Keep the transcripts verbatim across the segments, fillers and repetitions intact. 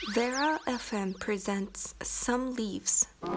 Vera エフエム presents Some Leaves. The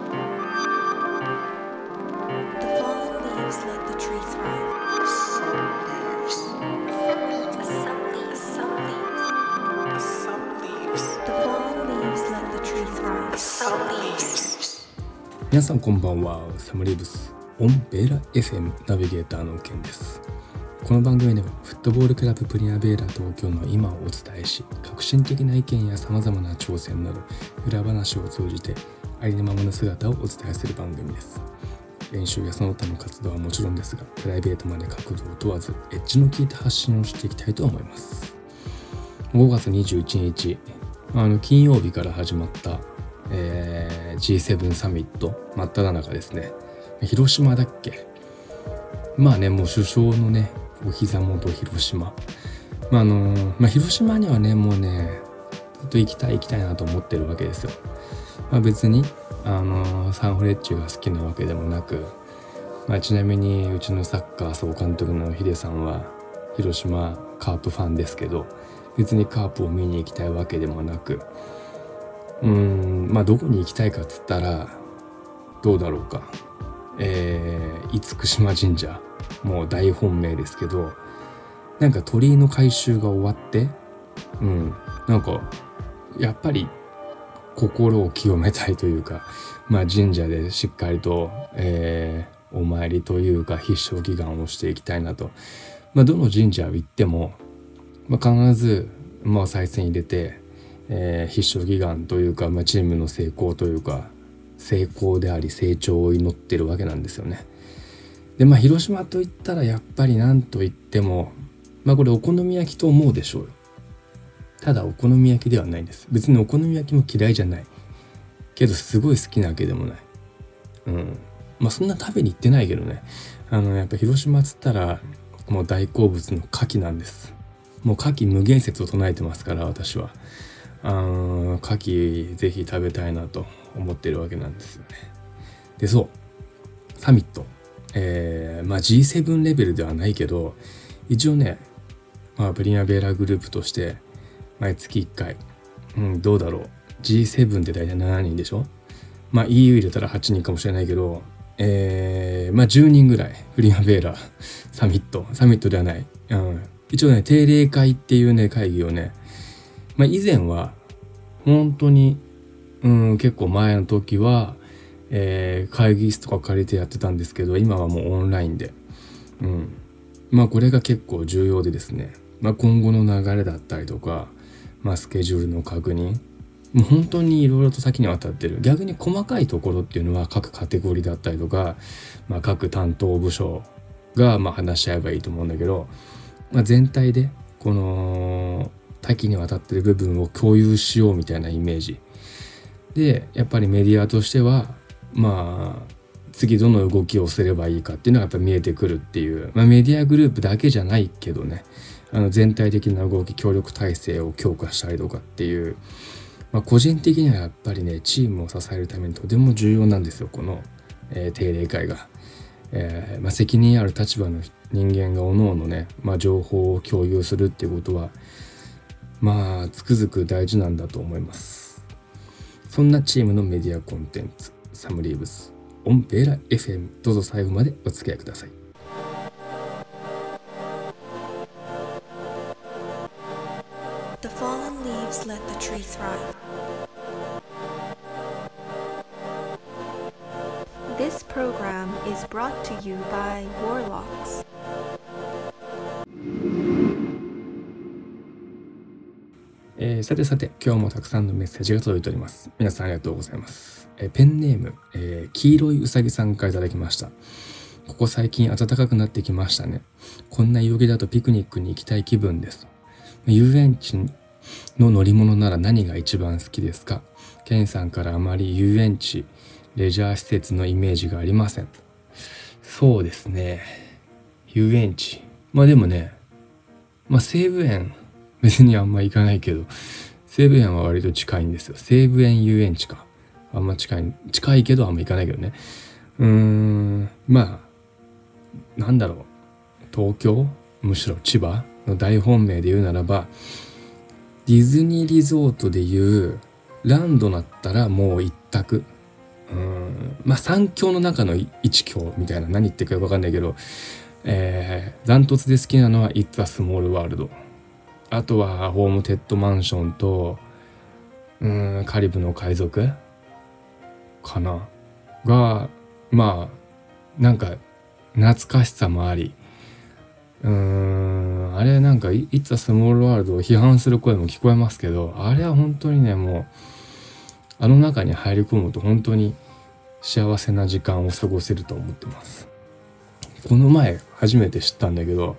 fallen leaves let the tree thrive. Some leaves. Some leaves. Some leaves. Some leaves. Some leaves. The fallen leaves let the tree thrive. Some leaves. 皆さんこんばんは。サムリーブスオンベーラ エフエム ナビゲーターのケンです。この番組ではフットボールクラブプリナベーラ東京の今をお伝えし、革新的な意見や様々な挑戦など裏話を通じてありのままの姿をお伝えする番組です。練習やその他の活動はもちろんですが、プライベートまで角度を問わずエッジの効いた発信をしていきたいと思います。ごがつにじゅういちにち、あの金曜日から始まった、えー、ジーセブン サミット真っ只中ですね。広島だっけ。まあね、もう首相のねお膝元広島、まああのまあ、広島にはねもうねずっと行きたい行きたいなと思ってるわけですよ。まあ、別にあのサンフレッチェが好きなわけでもなく、まあ、ちなみにうちのサッカー総監督のヒデさんは広島カープファンですけど、別にカープを見に行きたいわけでもなく、うーんまあどこに行きたいかっつったらどうだろうか、えー、厳島神社、もう大本命ですけど、なんか鳥居の改修が終わって、うん、なんかやっぱり心を清めたいというか、まあ神社でしっかりと、えー、お参りというか必勝祈願をしていきたいなと。まあどの神社行っても、まあ、必ずまあ賽銭入れて、えー、必勝祈願というか、まあ、チームの成功というか成功であり成長を祈ってるわけなんですよね。でまあ広島といったらやっぱりなんといっても、まあこれお好み焼きと思うでしょうよ。ただお好み焼きではないんです。別にお好み焼きも嫌いじゃないけど、すごい好きなわけでもない。うんまあそんな食べに行ってないけどね、あのやっぱ広島っつったらもう大好物の牡蠣なんです。もう牡蠣無限説を唱えてますから、私はあの牡蠣ぜひ食べたいなと思ってるわけなんですよね。でそうサミット、えー、まあ ジーセブン レベルではないけど、一応ね、まあプリナベーラグループとして毎月いっかい、うん、どうだろう ジーセブン って大体しちにんでしょ。まあ イーユー 入れたらはちにんかもしれないけど、えー、まあじゅうにんぐらいプリナベーラサミットサミットではない、うん、一応ね定例会っていうね会議をね、まあ以前は本当に、うん、結構前の時は、えー、会議室とか借りてやってたんですけど、今はもうオンラインで、うん、まあこれが結構重要でですね、まあ、今後の流れだったりとか、まあ、スケジュールの確認、もう本当にいろいろと先にわたってる。逆に細かいところっていうのは各カテゴリーだったりとか、まあ、各担当部署がまあ話し合えばいいと思うんだけど、まあ、全体でこの多岐にわたってる部分を共有しようみたいなイメージで、やっぱりメディアとしてはまあ次どの動きをすればいいかっていうのがやっぱ見えてくるっていう、まあ、メディアグループだけじゃないけどね、あの全体的な動き、協力体制を強化したりとかっていう、まあ、個人的にはやっぱりねチームを支えるためにとても重要なんですよ、この、えー、定例会が、えーまあ、責任ある立場の人間がおのおのね、まあ、情報を共有するっていうことはまあつくづく大事なんだと思います。そんなチームのメディアコンテンツサムリーブスオンベーラ エフエム、 どうぞ最後までお付き合いください。 The fallen leaves let the tree thrive. This program is brought to you by Warlocks. えー、さてさて今日もたくさんのメッセージが届いております。皆さんありがとうございます。えー、ペンネーム、えー、黄色いうさぎさんからいただきました。ここ最近暖かくなってきましたね。こんな陽気だとピクニックに行きたい気分です。遊園地の乗り物なら何が一番好きですか？ケンさんからあまり遊園地レジャー施設のイメージがありません。そうですね、遊園地、まあでもね、まあ西武園別にあんま行かないけど、西武園は割と近いんですよ。西武園遊園地か、あんま近い近いけどあんま行かないけどね。うーんまあなんだろう、東京、むしろ千葉の大本命で言うならば、ディズニーリゾートでいうランドだったらもう一択。うーんまあ三強の中の一強みたいな、何言ってるか分かんないけど、えー、ダントツで好きなのは It's a Small World、 あとはホームテッドマンションとうーんカリブの海賊かなが、まあなんか懐かしさもあり、うーんあれなんか It's a Small World を批判する声も聞こえますけど、あれは本当にね、もうあの中に入り込むと本当に幸せな時間を過ごせると思ってます。この前初めて知ったんだけど、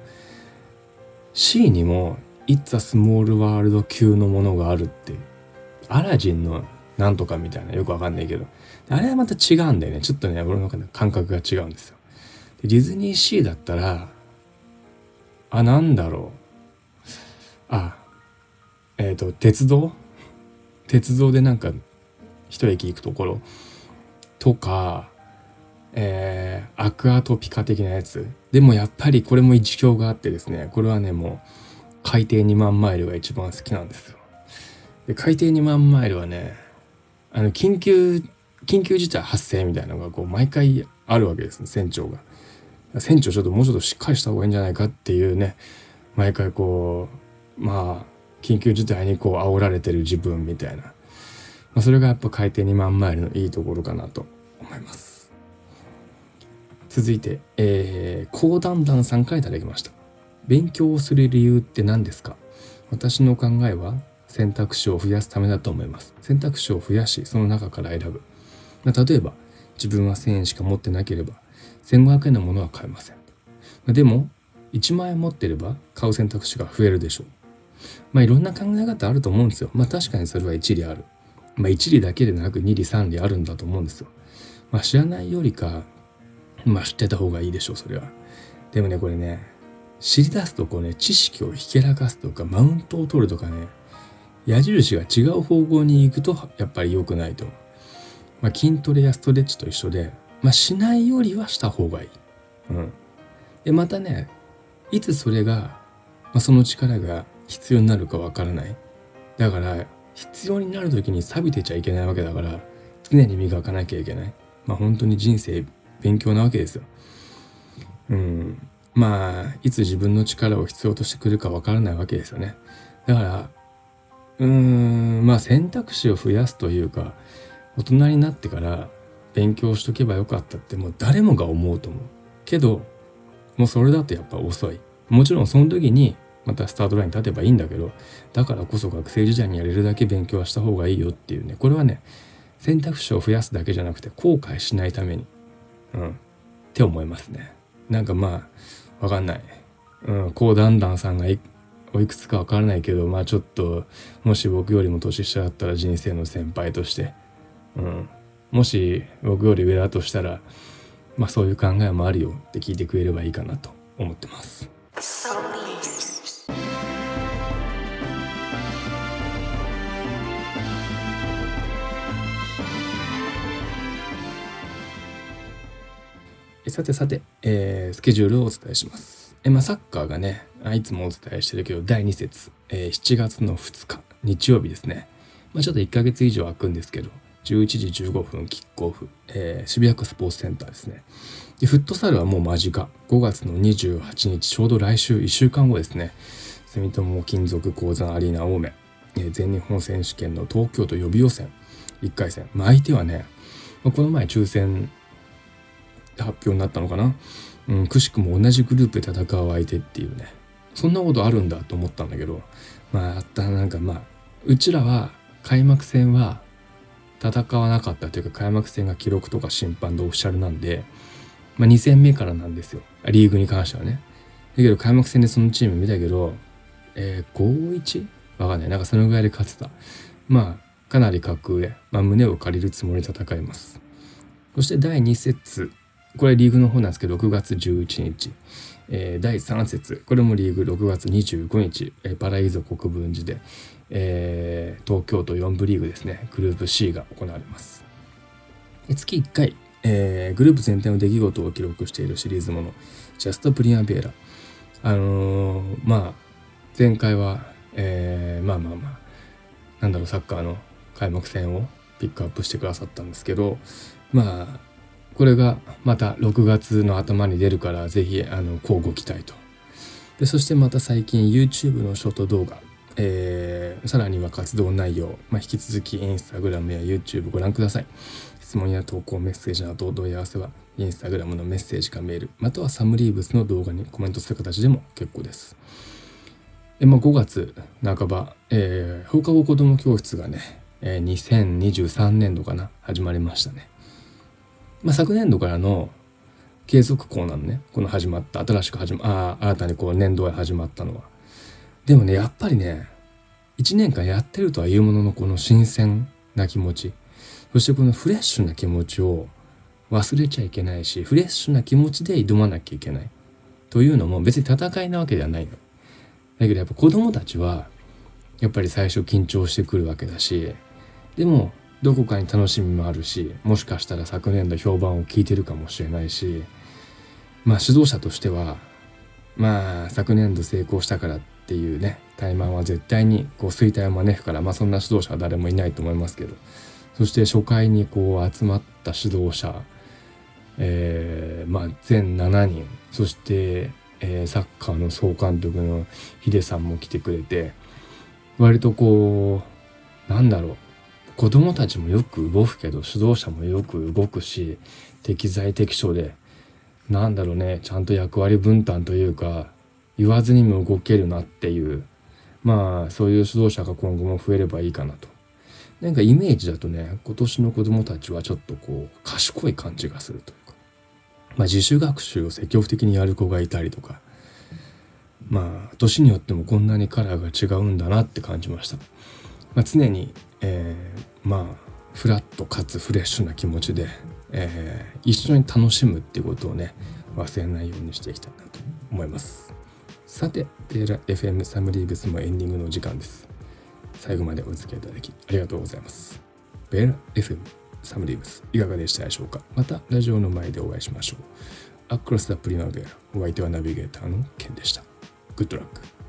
C にも It's a Small World 級のものがあるって、アラジンのなんとかみたいな、よくわかんないけど、あれはまた違うんだよね。ちょっとね俺の感覚が違うんですよ。でディズニーシーだったら、あなんだろうあえっ、ー、と鉄道鉄道でなんか一駅行くところとか、えー、アクアトピカ的なやつでも、やっぱりこれも一興があってですね、これはねもう海底にまんマイルが一番好きなんですよ。で海底にまんマイルはね、あの緊急緊急事態発生みたいなのがこう毎回あるわけですね。船長が船長ちょっともうちょっとしっかりした方がいいんじゃないかっていうね、毎回こうまあ緊急事態にこう煽られてる自分みたいな、まあ、それがやっぱ海底にまんマイルのいいところかなと思います。続いて、えー、コーダンダンさんからいただきました。勉強をする理由って何ですか？私の考えは選択肢を増やすためだと思います。選択肢を増やし、その中から選ぶ。まあ、例えば自分はせんえんしか持ってなければせんごひゃくえんのものは買えません。まあ、でもいちまんえん持ってれば買う選択肢が増えるでしょう。まあいろんな考え方あると思うんですよ。まあ確かにそれは一理ある。まあ一理だけでなく二理三理あるんだと思うんですよ。まあ知らないよりかまあ知ってた方がいいでしょう、それは。でもねこれね、知り出すとこうね、知識をひけらかすとかマウントを取るとかね、矢印が違う方向に行くとやっぱり良くないと思う。まあ、筋トレやストレッチと一緒で、まあ、しないよりはした方がいい。うん。でまたね、いつそれが、まあ、その力が必要になるかわからない。だから必要になる時に錆びてちゃいけないわけだから、常に磨かなきゃいけない。まあ本当に人生勉強なわけですよ。うん。まあいつ自分の力を必要としてくるかわからないわけですよね。だからうーんまあ選択肢を増やすというか、大人になってから勉強しとけばよかったってもう誰もが思うと思うけど、もうそれだとやっぱ遅い。もちろんその時にまたスタートラインに立てばいいんだけど、だからこそ学生時代にやれるだけ勉強はした方がいいよっていうね、これはね選択肢を増やすだけじゃなくて後悔しないためにうんって思いますね。なんかまあわかんない、うん、こうだんだんさんがいおいくつかわからないけど、まあちょっともし僕よりも年下だったら人生の先輩として、うん、もし僕より上だとしたらまあそういう考えもあるよって聞いてくれればいいかなと思ってます。さてさて、えー、スケジュールをお伝えします。えまあ、サッカーがね、いつもお伝えしてるけどだいに節、えー、しちがつのふつか日曜日ですね。まあ、ちょっといっかげつ以上空くんですけど、じゅういちじじゅうごふんキックオフ、えー、渋谷区スポーツセンターですね。でフットサルはもう間近、ごがつのにじゅうはちにち、ちょうど来週いっしゅうかんごですね。住友金属鉱山アリーナ青梅、えー、全日本選手権の東京都予備予選いっかい戦、まあ、相手はね、まあ、この前抽選発表になったのかな、うん、くしくも同じグループで戦う相手っていうね、そんなことあるんだと思ったんだけど、まああったなんかまあうちらは開幕戦は戦わなかったというか、開幕戦が記録とか審判でオフィシャルなんで、まあ、に戦目からなんですよ、リーグに関してはね。だけど開幕戦でそのチーム見たけど、えー、ごたいいち？ わかんない、なんかそのぐらいで勝ってた。まあかなり格上、まあ、胸を借りるつもりで戦います。そしてだいに節、これリーグの方なんですけどろくがつじゅういちにち、えー、だいさん節、これもリーグろくがつにじゅうごにち、えー、パライゾ国分寺で、えー、東京都よん部リーグですね、グループ C が行われます。月いっかい、えー、グループ全体の出来事を記録しているシリーズものジャストプリアベーラ、あのー、まあ前回は、えー、まあまあまあなんだろう、サッカーの開幕戦をピックアップしてくださったんですけど、まあこれがまたろくがつの頭に出るからぜひあの乞うご期待と。でそしてまた最近 YouTube のショート動画、えー、さらには活動内容、まあ、引き続き Instagram や YouTube ご覧ください。質問や投稿メッセージなどお問い合わせは Instagram のメッセージかメール、またはサムリーブスの動画にコメントする形でも結構です。え、まあ、ごがつなかば、えー、放課後子ども教室がね、えー、にせんにじゅうさんねんどかな始まりましたね。まあ、昨年度からの継続校なのね、この始まった新しく始まあ新たにこう年度へ始まったのは。でもねやっぱりねいちねんかんやってるとはいうものの、この新鮮な気持ち、そしてこのフレッシュな気持ちを忘れちゃいけないし、フレッシュな気持ちで挑まなきゃいけない。というのも別に戦いなわけではないの。だけどやっぱ子供たちはやっぱり最初緊張してくるわけだし、でもどこかに楽しみもあるし、もしかしたら昨年度評判を聞いてるかもしれないし、まあ指導者としてはまあ昨年度成功したからっていうね怠慢は絶対にこう衰退を招くから、まあそんな指導者は誰もいないと思いますけど、そして初回にこう集まった指導者、えー、まあ全ななにん、そして、えー、サッカーの総監督のヒデさんも来てくれて、割とこうなんだろう、子供たちもよく動くけど指導者もよく動くし、適材適所でなんだろうね、ちゃんと役割分担というか言わずにも動けるなっていう、まあそういう指導者が今後も増えればいいかなと。なんかイメージだとね、今年の子供たちはちょっとこう賢い感じがするというか、まあ自主学習を積極的にやる子がいたりとか、まあ年によってもこんなにカラーが違うんだなって感じました。まあ、常に、えー、まあフラットかつフレッシュな気持ちで、えー、一緒に楽しむっていうことをね忘れないようにしていきたいなと思います。さてベーラ エフエム サムリーブスもエンディングの時間です。最後までお付き合いいただきありがとうございます。ベーラ エフエム サムリーブスいかがでしたでしょうか。またラジオの前でお会いしましょう。アクロス・ザ・プリマベーラ、お相手はナビゲーターのケンでした。グッドラック。